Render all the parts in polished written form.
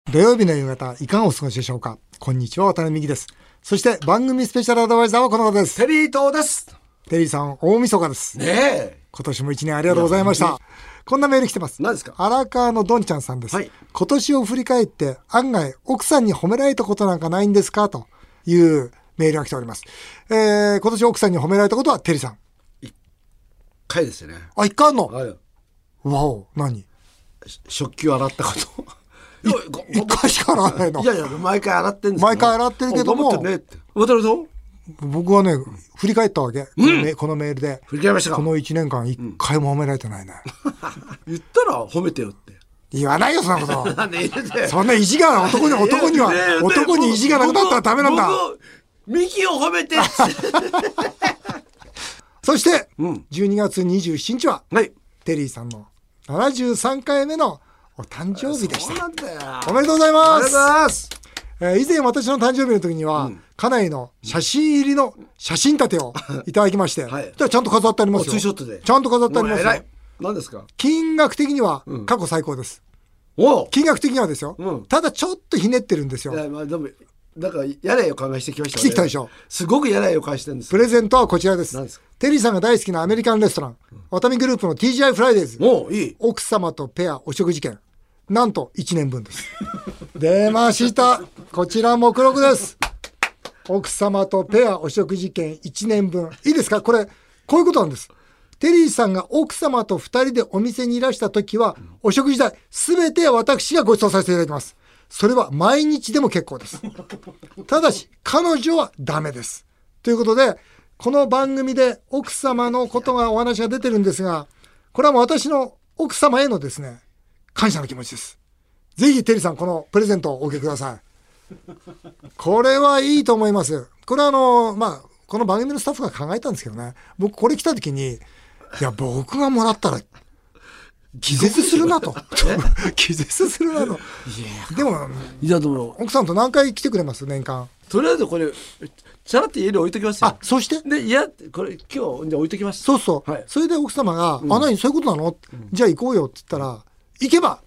土曜日の夕方いかがお過ごしでしょうか。こんにちは、渡辺美希です。そして番組スペシャルアドバイザーはこの方です。 テリー東です。 テリーさん、大晦日ですねえ。 今年も1年ありがとうございました。こんなメール来てます。 何ですか。 荒川のどんちゃんさんです、 はい、 今年を振り返って案外奥さんに褒められたことなんかないんですかというメールが来ております。今年奥さんに褒められたことはテリーさん 1回ですよね。 あ、1回あんの。 はい、 わお、何。 食器を洗ったこと 1回しか洗わないの。 いやいや、毎回洗ってるんです毎回洗ってるけども、 ねって。渡ると僕はね、振り返ったわけ、このメールで。 振り返りましたか。 この1年間1回も褒められてないね、 言ったら褒めてよって言わないよ、そんなことなんで言うて。 そんな意地が男に意地がなくなったらダメなんだ。 ミキを褒めてそして、12月27日は、はい、テリーさんの73回目のお誕生日でした。 そうなんだよ。 おめでとうございます。 ありがとうございます。 以前私の誕生日の時には、家内の写真入りの写真立てをいただきまして、はい、ちゃんと飾ってありますよ。 ツーショットでちゃんと飾ってありますよ。 何ですか。 金額的には過去最高です、金額的にはですよ、ただちょっとひねってるんですよ。 いや、まあ、でもだからやれ予感がしてきましたね。 してきたでしょ。 すごくやれ予感してるんです。 プレゼントはこちらです。 何ですか。 テリーさんが大好きなアメリカンレストラン、ワタミグループの TGI フライデーズ、 いい奥様とペアお食事券、なんと1年分です出ました。こちら目録です。奥様とペアお食事券1年分。いいですか。こういうことなんです。テリーさんが奥様と2人でお店にいらした時は、お食事代すべて私がご馳走させていただきます。それは毎日でも結構です。ただし彼女はダメです。ということで、この番組で奥様のことがお話が出てるんですが、これはもう私の奥様へのですね、感謝の気持ちです。ぜひテリーさん、このプレゼントをお受けください。これはいいと思います。これはこの番組のスタッフが考えたんですけどね、僕これ来た時に、いや僕がもらったら気絶するなと気絶するなと。でも奥さんと何回来てくれます、年間。 とりあえずこれチャラって家に置いときますよ。 そしてで、これ今日じゃあ置いときます。 そうそう、はい、それで奥様が、何そういうことなの、じゃあ行こうよって言ったら、行けば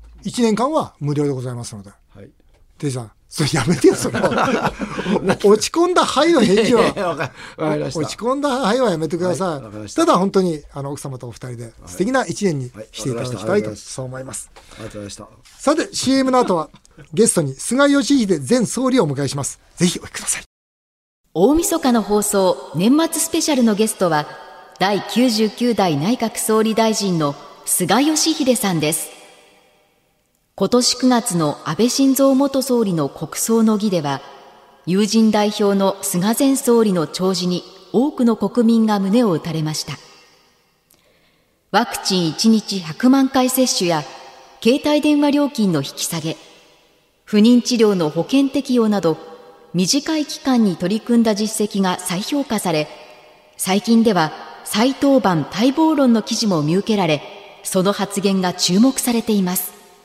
1年間は無料でございますので、はい、テリーさん、それやめてよ、それ落ち込んだはいの返事は落ち込んだはいはやめてください、ただ本当に奥様とお二人で素敵な1年にしていただきたいと、そう思います。 ありがとうございました。 さて CM の後はゲストに菅義偉前総理をお迎えします。ぜひお聞きください。 大晦日の放送年末スペシャルのゲストは第99代内閣総理大臣の菅義偉さんです。今年9月の安倍晋三元総理の国葬の儀では、友人代表の菅前総理の弔辞に多くの国民が胸を打たれました。ワクチン1日100万回接種や携帯電話料金の引き下げ、不妊治療の保険適用など短い期間に取り組んだ実績が再評価され、最近では再登板待望論の記事も見受けられ、その発言が注目されています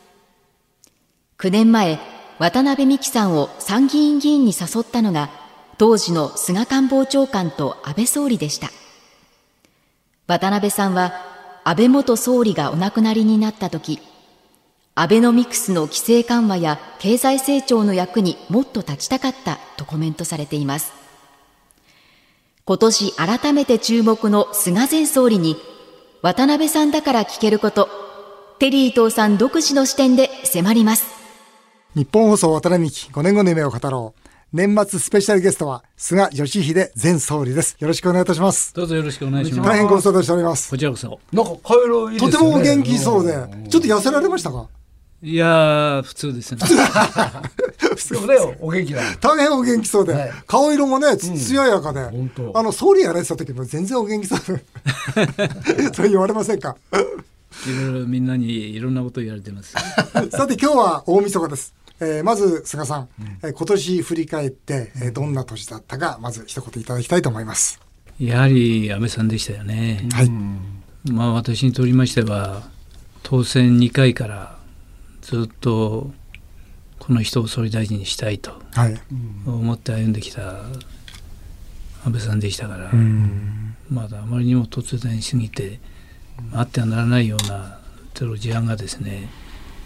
。9年前、渡辺美樹さんを参議院議員に誘ったのが当時の菅官房長官と安倍総理でした。渡辺さんは安倍元総理がお亡くなりになった時、アベノミクスの規制緩和や経済成長の役にもっと立ちたかったとコメントされています。今年改めて注目の菅前総理に、渡辺さんだから聞けること、テリー東さん独自の視点で迫ります。 日本放送渡辺美希5年後の夢を語ろう。年末スペシャルゲストは菅義偉前総理です。よろしくお願いいたします。 どうぞよろしくお願いします。 大変ご無沙汰しております。 こちらこそ。 なんか顔色いいですね。 とてもお元気そうで、ちょっと痩せられましたか。 いや普通ですね。 でもね、お元気だ。 大変お元気そうで、はい、顔色もね艶やかで、総理やられてた時も全然お元気そうでそう言われませんか。 いろいろみんなにいろんなことを言われてます。 さて今日は大晦日です。まず菅さん、今年振り返って、どんな年だったか、まず一言いただきたいと思います。 やはり安倍さんでしたよね。はい。私にとりましては当選2回からずっとこの人を総理大臣にしたいと思って歩んできた安倍さんでしたから、まだあまりにも突然すぎてあってはならないようなテロ事案がですね、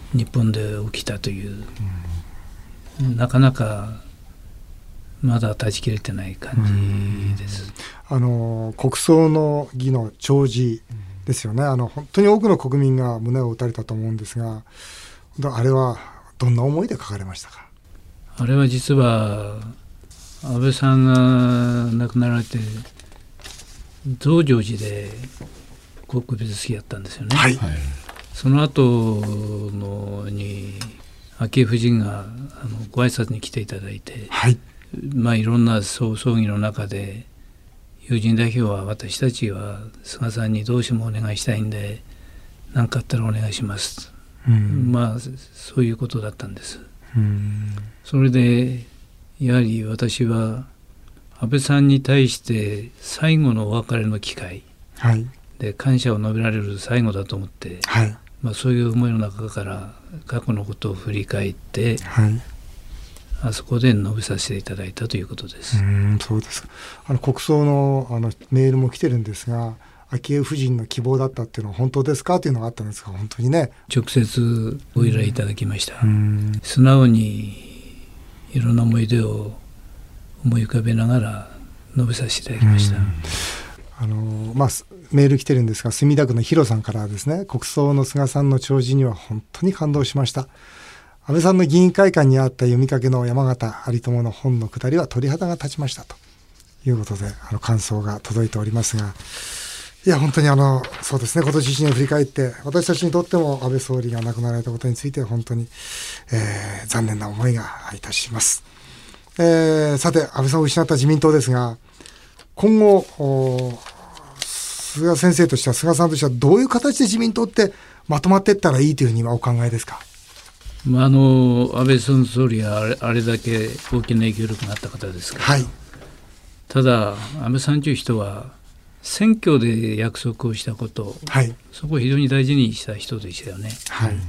日本で起きたという、なかなかまだ断ち切れてない感じです。 国葬の儀の弔辞ですよね。本当に多くの国民が胸を打たれたと思うんですが、あれはどんな思いで書かれましたか？ あれは実は安倍さんが亡くなられて増上寺で告別式やったんですよね。 はい、 その後に昭恵夫人がご挨拶に来ていただいて、 はい、 いろんな葬儀の中で友人代表は私たちは菅さんにどうしてもお願いしたいんで何かあったらお願いします、そういうことだったんです。それでやはり私は安倍さんに対して最後のお別れの機会、で感謝を述べられる最後だと思って、そういう思いの中から過去のことを振り返って、あそこで述べさせていただいたということです。 そうですか。国葬のメールも来てるんですが、昭恵夫人の希望だったっていうのは本当ですかというのがあったんですが、本当にね、 直接ご依頼いただきました。素直にいろんな思い出を思い浮かべながら述べさせていただきました。 メール来てるんですが、墨田区のヒロさんからですね、国葬の菅さんの弔辞には本当に感動しました。安倍さんの議員会館にあった読みかけの山形有朋の本の下りは鳥肌が立ちましたということで感想が届いておりますが、いや本当にそうですね、今年1年振り返って私たちにとっても安倍総理が亡くなられたことについて本当に、残念な思いがいたします。さて、安倍さんを失った自民党ですが、今後菅先生としては、菅さんとしてはどういう形で自民党ってまとまっていったらいいというふうにはお考えですか？ 安倍総理はあれだけ大きな影響力があった方ですから、ただ安倍さんという人は選挙で約束をしたこと、そこを非常に大事にした人でしたよね。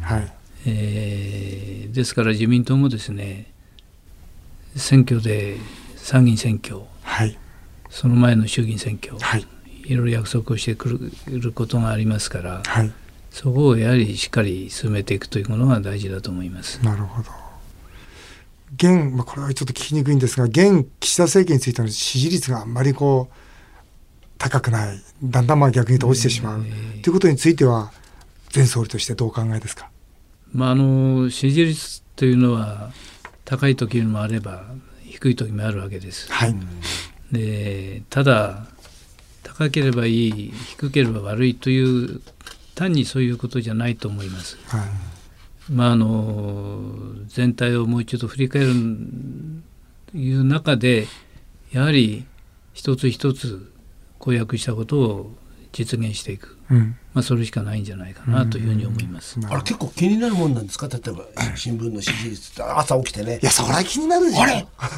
ですから自民党もですね、選挙で参議院選挙、その前の衆議院選挙、いろいろ約束をしてくることがありますから、そこをやはりしっかり進めていくというものが大事だと思います。 なるほど。これはちょっと聞きにくいんですが、現岸田政権についての支持率があんまり高くない、だんだん逆に言うと落ちてしまう、ということについては前総理としてどうお考えですか？ 支持率というのは高い時もあれば低い時もあるわけです。でただ高ければいい、低ければ悪いという単にそういうことじゃないと思います。全体をもう一度振り返るという中で、やはり一つ一つ公約したことを実現していく、それしかないんじゃないかなというふうに思います。 結構気になるもんなんですか？例えば新聞の支持率って朝起きてね、 いやそれは気になるでしょ。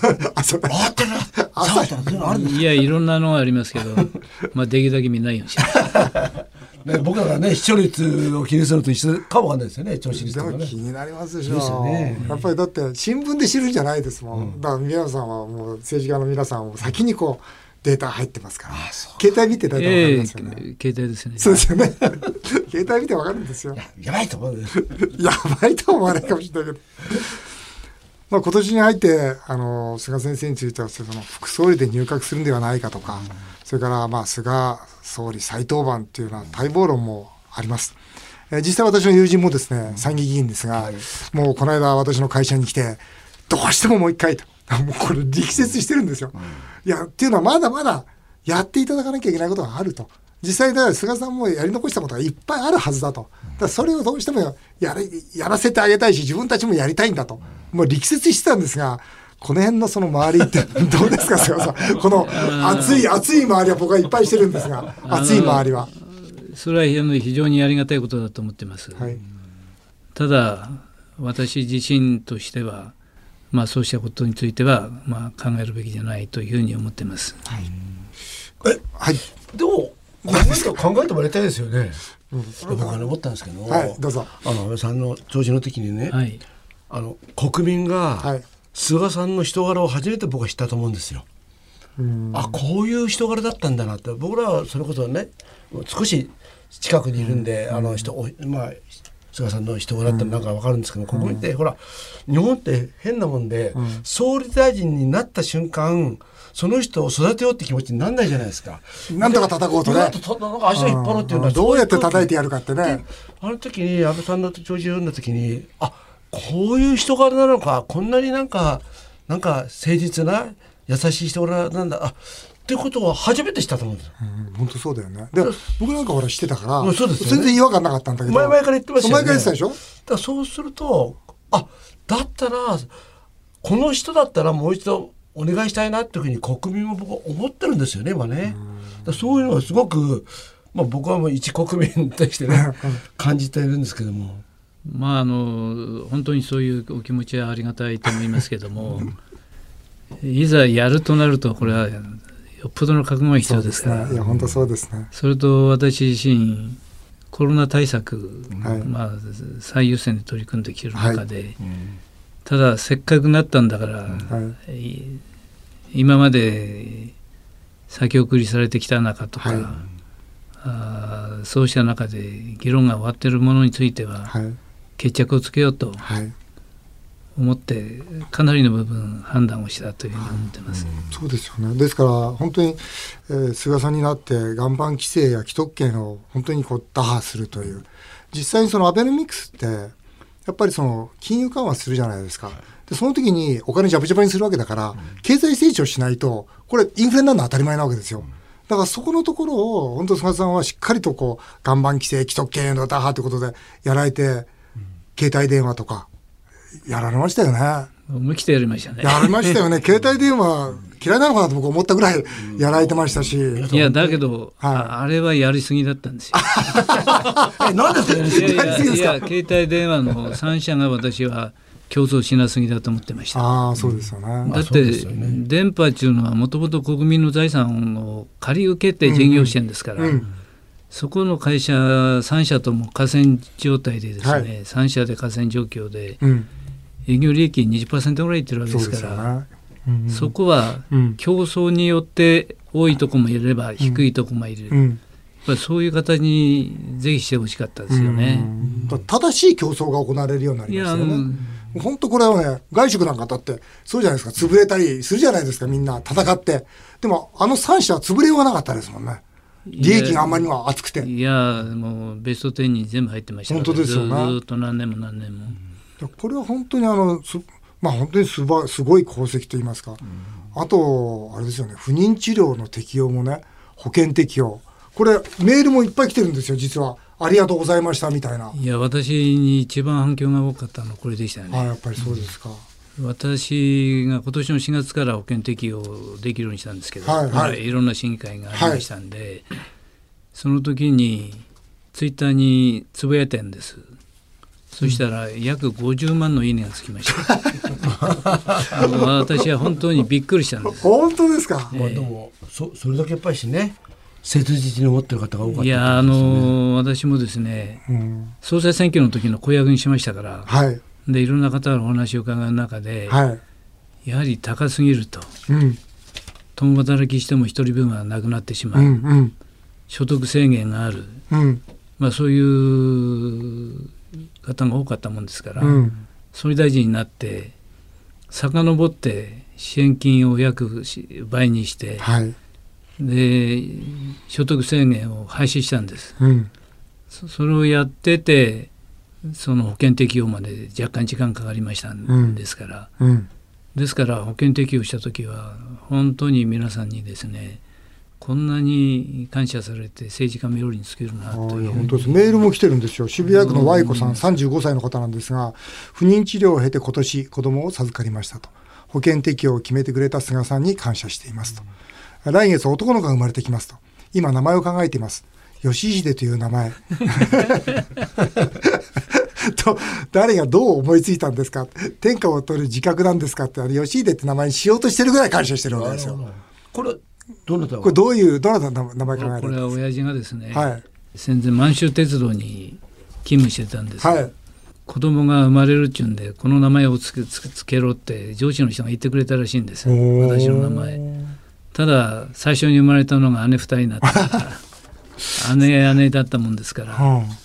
いやいろんなのがありますけど、できるだけ見ないようにします僕らがね、視聴率を気にすると一緒かもわかんないですよね。聴取率とかね。 でも気になりますでしょ。やっぱりだって新聞で知るんじゃないですもん。だから宮野さんはもう政治家の皆さんを先にデータ入ってますから、携帯見て大体分かりますよね。 携帯ですね。 そうですよね。携帯見て分かるんですよ。 やばいと思う。 やばいと思わないかもしれないけど。今年に入って菅先生については副総理で入閣するんではないかとか、それから菅総理再登板というような待望論もあります。実際私の友人もですね、参議院議員ですが、もうこの間私の会社に来て、どうしてももう一回と、もうこれ力説してるんですよ。いやっていうのはまだまだやっていただかなきゃいけないことがあると。実際だから菅さんもやり残したことがいっぱいあるはずだと。だからそれをどうしてもやらせてあげたいし、自分たちもやりたいんだと。もう力説してたんですが、この辺のその周りってどうですか菅さん。この熱い周りは僕はいっぱいしてるんですが、熱い周りは。 それは非常にありがたいことだと思ってます。ただ私自身としては、そうしたことについては考えるべきじゃないというふうに思ってます。 でも考えてもらいたいですよね。僕は思ったんですけど、 どうぞ。 安倍さんの弔辞の時にね、国民が菅さんの人柄を初めて僕は知ったと思うんですよ。こういう人柄だったんだなって。僕らはそれこそね、少し近くにいるんで、 菅さんの人柄ってなんか分かるんですけど、ここにってほら日本って変なもんで、総理大臣になった瞬間その人を育てようって気持ちにならないじゃないですか。 なんとか叩こうとね。 なんか足を引っ張ろうっていうのはどうやって叩いてやるかってね。 あの時に安倍さんの弔辞を読んだ時に、こういう人柄なのか、こんなになんか誠実な優しい人柄なんだっていうことは初めて知ったと思うんですよ。 本当そうだよね。で僕なんかほら知ってたから、 そうですよね、 全然違和感なかったんだけど、 前から言ってましたよね。 前から言ってたでしょ。 だからそうするとだったらこの人だったらもう一度お願いしたいなっていうふうに国民も僕は思ってるんですよね今ね。だそういうのはすごく、僕はもう一国民としてね感じているんですけども、 本当にそういうお気持ちはありがたいと思いますけどもいざやるとなるとこれはよっぽどの覚悟が必要ですから。 いや本当そうですね。 それと私自身コロナ対策、最優先で取り組んできている中で、ただせっかくなったんだから、今まで先送りされてきた中とか、そうした中で議論が終わっているものについては、決着をつけようと思ってかなりの部分判断をしたというふうに思ってます。 そうですよね。ですから本当に、菅さんになって岩盤規制や既得権を本当に打破するという、実際にそのアベノミクスってやっぱりその金融緩和するじゃないですか。でその時にお金ジャブジャブにするわけだから、経済成長しないとこれインフレになるのは当たり前なわけですよ。だからそこのところを本当菅さんはしっかりと岩盤規制既得権の打破ということでやられて、携帯電話とかやられましたよね。 思い切ってやりましたね。 やりましたよね。携帯電話嫌いなのかなと僕思ったぐらいやられてましたし。 いやだけど、あれはやりすぎだったんですよ。 なんですかやりすぎですか。 携帯電話の3社が私は競争しなすぎだと思ってました。 そうですよね。 だって電波っていうのはもともと国民の財産を借り受けて事業してるんですから、そこの会社3社とも寡占状態でですね、3社で寡占状況で、営業利益 20% ぐらいいってるわけですから、そこは競争によって多いとこもいれば低いとこもいる、やっぱりそういう形にぜひしてほしかったですよね。 正しい競争が行われるようになりますよね。本当これはね、外食なんかだってそうじゃないですか、潰れたりするじゃないですか、みんな戦って。でも3社は潰れようがなかったですもんね。利益があんまりにも厚くて。 いやもうベスト10に全部入ってましたから、 本当ですよね。 ずっと何年も何年も。 これは本当に本当にすごい功績といいますか、あとあれですよね、不妊治療の適用もね、保険適用、これメールもいっぱい来てるんですよ実は。ありがとうございましたみたいな。 いや私に一番反響が多かったのはこれでしたよね。 やっぱりそうですか。 私が今年の4月から保険適用できるようにしたんですけど、いろんな審議会がありましたんで、その時にツイッターにつぶやいたんです。そしたら約50万のいいねがつきました私は本当にびっくりしたんです。 本当ですか。 でもそれだけやっぱりしね、切実に思ってる方が多かった、 いや私もですね、総裁選挙の時の公約にしましたから、でいろんな方のお話を伺う中で、やはり高すぎると、共働きしても一人分はなくなってしまう、所得制限がある、そういう方が多かったもんですから、総理大臣になって遡って支援金を約倍にして、で所得制限を廃止したんです、それをやっててその保険適用まで若干時間かかりましたんですから、ですから保険適用した時は本当に皆さんにですね、こんなに感謝されて政治家冥利に尽きるなという。 本当です。メールも来てるんですよ。渋谷区の Y 子さん、35歳の方なんですが、不妊治療を経て今年子供を授かりましたと。保険適用を決めてくれた菅さんに感謝していますと。来月男の子が生まれてきますと。今名前を考えています。義秀という名前と、誰がどう思いついたんですか、天下を取る自覚なんですかって、義秀って名前にしようとしてるぐらい感謝してるわけですよ。 これどなたこれどなたの名前考えたんですか。 これは親父がですね、戦前満州鉄道に勤務してたんです、子供が生まれるっちゅうんでこの名前をつけろって上司の人が言ってくれたらしいんです、私の名前。ただ最初に生まれたのが姉2人になったから姉だったもんですから、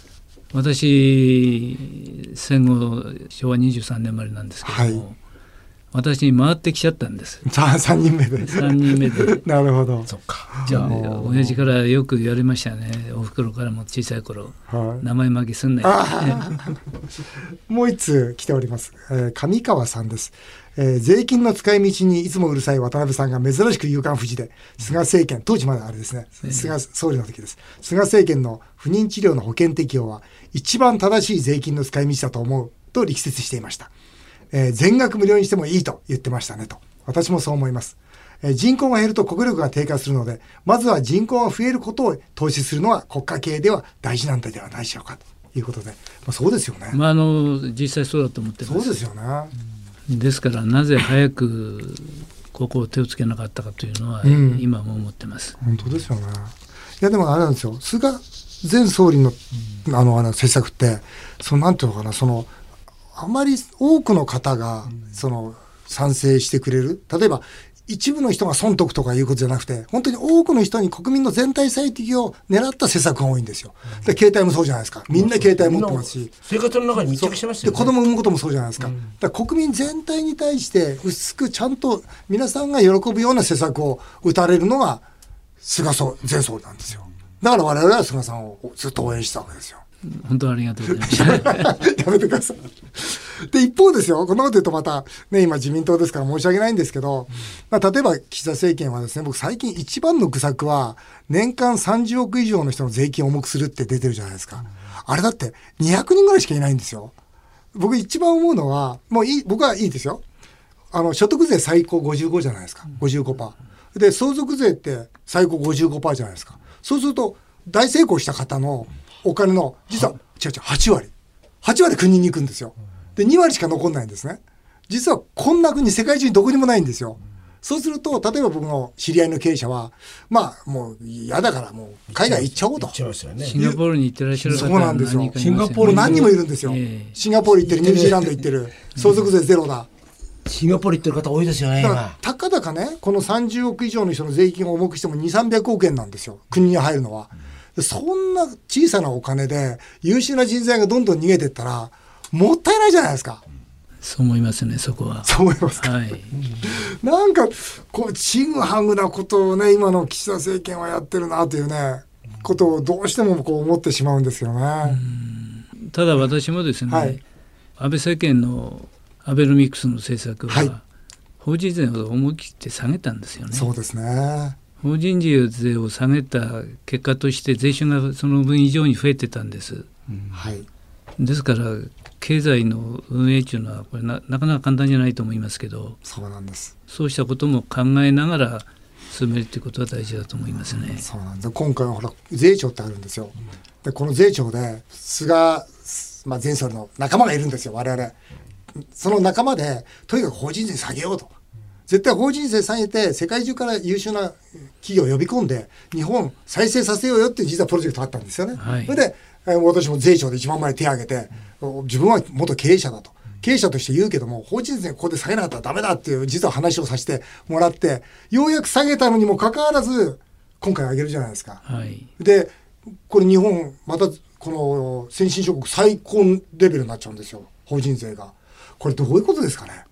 私戦後昭和23年生まれなんですけども、はい、私に回ってきちゃったんです。 3人目で 3人目でなるほど。 そっか。 じゃあ親父からよく言われましたね。おふくろからも小さい頃、はい、名前負けすんなよもう一通来ております。上川さんです。税金の使い道にいつもうるさい渡辺さんが珍しく夕刊フジで菅政権、当時まだあれですね、菅総理の時です。菅政権の不妊治療の保険適用は一番正しい税金の使い道だと思うと力説していました。全額無料にしてもいいと言ってましたねと。私もそう思います。人口が減ると国力が低下するので、まずは人口が増えることを投資するのは国家経営では大事なんではないでしょうかということで、そうですよね。 実際そうだと思ってます。 そうですよね。 ですからなぜ早くここを手をつけなかったかというのは、今も思ってます。 本当ですよね。いやでもあれなんですよ、菅前総理の政策ってなんていうのかな、あまり多くの方が賛成してくれる、例えば一部の人が損得とかいうことじゃなくて、本当に多くの人に国民の全体最適を狙った施策が多いんですよ。で携帯もそうじゃないですか。みんな携帯持ってますし、 生活の中に密着してますよね。 で子供産むこともそうじゃないですか。だから国民全体に対して薄くちゃんと皆さんが喜ぶような施策を打たれるのが菅前総理なんですよ。だから我々は菅さんをずっと応援したわけですよ。 本当にありがとうございました。 やめてください。で一方ですよ、こんなこと言うとまたね、今自民党ですから申し訳ないんですけど、例えば岸田政権はですね、僕最近一番の愚策は年間30億以上の人の税金を重くするって出てるじゃないですか。あれだって200人ぐらいしかいないんですよ。僕一番思うのは、僕はいいですよ。所得税最高55じゃないですか。55%。で相続税って最高55%じゃないですか。そうすると大成功した方のお金の実は8割国に行くんですよ。で2割しか残んないんですね。実はこんな国世界中にどこにもないんですよ。そうすると例えば僕の知り合いの経営者はもう嫌だからもう海外行っちゃおうと。 シンガポールに行ってらっしゃる方そうなんですよ。 シンガポール何人もいるんですよ。シンガポール行ってる、ニュージーランド行ってる、相続税ゼロだ。 シンガポール行ってる方多いですよね。 だからたかだかね、この30億以上の人の税金を重くしても2、300億円なんですよ、国に入るのは。そんな小さなお金で優秀な人材がどんどん逃げていったらもったいないじゃないですか。 そう思いますね、そこは。 そう思いますか。はい、なんかちぐはぐなことをね、今の岸田政権はやってるなというねことをどうしても思ってしまうんですよね。 ただ私もですね、はい、安倍政権のアベノミクスの政策は、法人税を思い切って下げたんですよね。 そうですね。 法人税を下げた結果として税収がその分以上に増えてたんです。 はい、 ですから経済の運営というのはこれ なかなか簡単じゃないと思いますけど、 そうなんです。 そうしたことも考えながら進めるということは大事だと思いますね。 そうなんです。今回は税調ってあるんですよ。でこの税調で菅、前総理の仲間がいるんですよ、我々。その仲間でとにかく法人税下げようと。絶対法人税下げて世界中から優秀な企業を呼び込んで日本再生させようよっていう実はプロジェクトがあったんですよね。はい、それで、私も税調で一番前に手を挙げて、自分は元経営者だと、経営者として言うけども法人税ここで下げなかったらダメだっていう実は話をさせてもらって、ようやく下げたのにもかかわらず今回上げるじゃないですか。 はい、 でこれ日本またこの先進諸国最高レベルになっちゃうんですよ、法人税が。これどういうことですかね。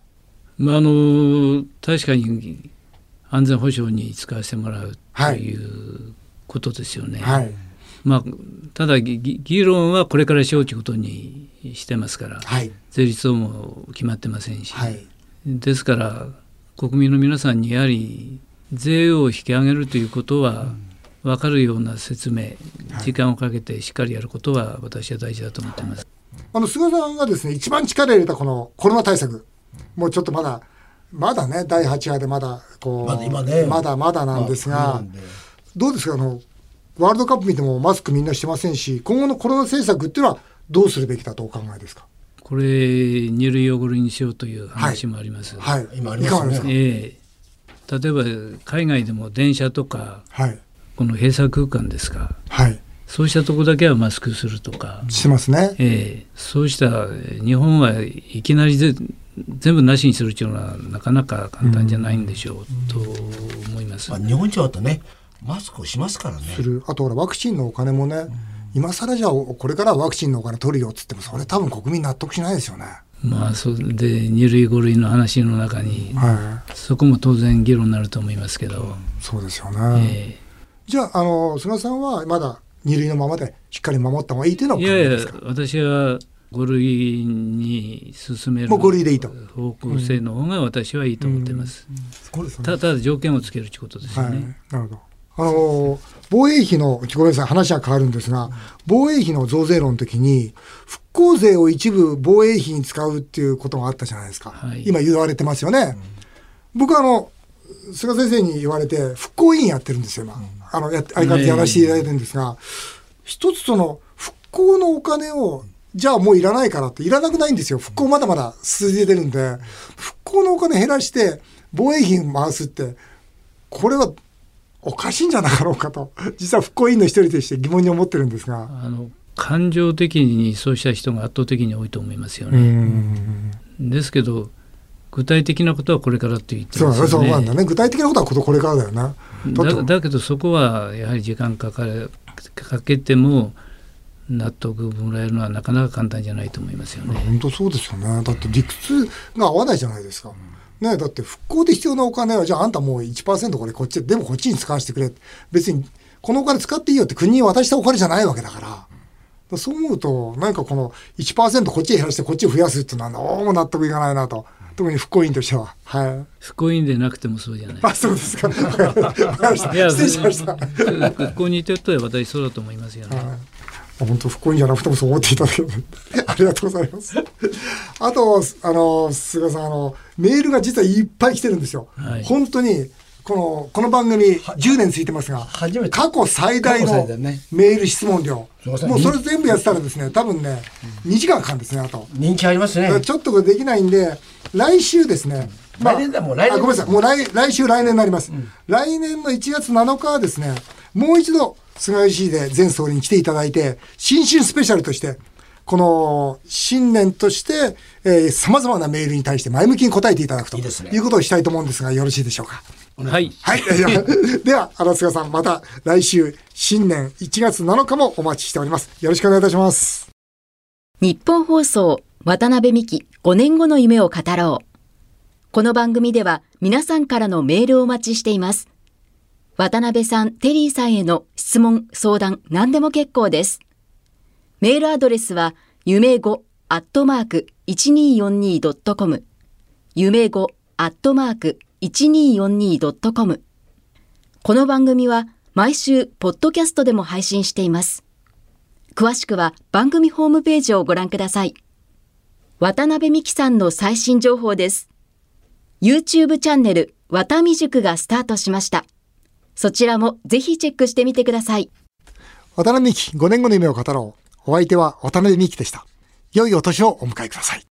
確かに安全保障に使わせてもらうということですよね。 はい、 ただ議論はこれからしようということにしてますから、 はい、 税率も決まってませんし、 はい、 ですから国民の皆さんにやはり税を引き上げるということは分かるような説明、時間をかけてしっかりやることは私は大事だと思っています。 菅さんがですね一番力を入れたこのコロナ対策、もうちょっとまだね第8波でまだ今ねまだなんですが、どうですか、ワールドカップ見てもマスクみんなしてませんし、今後のコロナ政策っていうのはどうするべきだとお考えですか。 これ2類を5類にしようという話もあります。 はい、 今ありますね。 例えば海外でも電車とか、 はい、 この閉鎖空間ですか、 はい、 そうしたとこだけはマスクするとかしてますね。 そうした日本はいきなり全部なしにするというのはなかなか簡単じゃないんでしょうと思います。 日本人はねマスクをしますからね。 あとワクチンのお金もね、 今更じゃあこれからワクチンのお金取るよっつってもそれ多分国民納得しないですよね。 まあそれで2類5類の話の中に、はい、そこも当然議論になると思いますけど、 そうですよね、じゃあ菅さんはまだ2類のままでしっかり守った方がいいというのは考えですか？ いや私は5類に進めるもう5類でいいと方向性の方が私はいいと思ってます、ただ条件をつけるということですよね、 なるほど。防衛費のごめんなさい話は変わるんですが、防衛費の増税論の時に復興税を一部防衛費に使うっていうことがあったじゃないですか、はい、今言われてますよね、僕菅先生に言われて復興委員やってるんですよ今、相変わらずやらせていただいてるんですが、一つ復興のお金をじゃあもういらないからっていらなくないんですよ。復興まだまだ続いてるんで、復興のお金減らして防衛費に回すってこれはおかしいんじゃなかろうかと実は復興委員の一人として疑問に思ってるんですが、 感情的にそうした人が圧倒的に多いと思いますよね。ですけど具体的なことはこれからって言ってますよね。 そうなんだね。具体的なことはこれからだよな。 だけどそこはやはり時間かけても納得もらえるのはなかなか簡単じゃないと思いますよね。 本当そうですよね。だって理屈が合わないじゃないですか、ね、だって復興で必要なお金はじゃああんたもう 1% これこっちでもこっちに使わせてくれ、別にこのお金使っていいよって国に渡したお金じゃないわけだから、そう思うと何かこの 1% こっちへ減らしてこっちを増やすっていうのはどうも納得いかないなと、特に復興委員としては、はい、 復興委員でなくてもそうじゃない。 あ、そうですか。失礼しました。 復興にとっては私そうだと思いますよね。 本当復興委員じゃなくてもそう思っていただけるありがとうございます。あと菅さんメールが実はいっぱい来てるんですよ、はい、本当にこの番組10年ついてますが過去最大のメール質問量、もうそれ全部やってたらですね多分ね、2時間かかるんですね。あと人気ありますね。 ちょっとこれできないんで来週ですね、 来年だもう来年ごめんなさい、もう来週来年になります、来年の1月7日はですねもう一度菅義偉前総理に来ていただいて新春スペシャルとしてこの新年として様々なメールに対して前向きに答えていただくということをしたいと思うんですがよろしいでしょうか。 はい、 はい、では菅さんまた来週新年1月7日もお待ちしております。よろしくお願いいたします。 日本放送渡辺美希5年後の夢を語ろう。この番組では皆さんからのメールをお待ちしています。渡辺さん、テリーさんへの質問、相談、何でも結構です。メールアドレスは夢5@1242.com 夢5@1242.com。 この番組は毎週ポッドキャストでも配信しています。詳しくは番組ホームページをご覧ください。渡辺美希さんの最新情報です。YouTube チャンネル渡美塾がスタートしました。そちらもぜひチェックしてみてください。 渡辺美希5年後の夢を語ろう。お相手は渡辺美希でした。良いお年をお迎えください。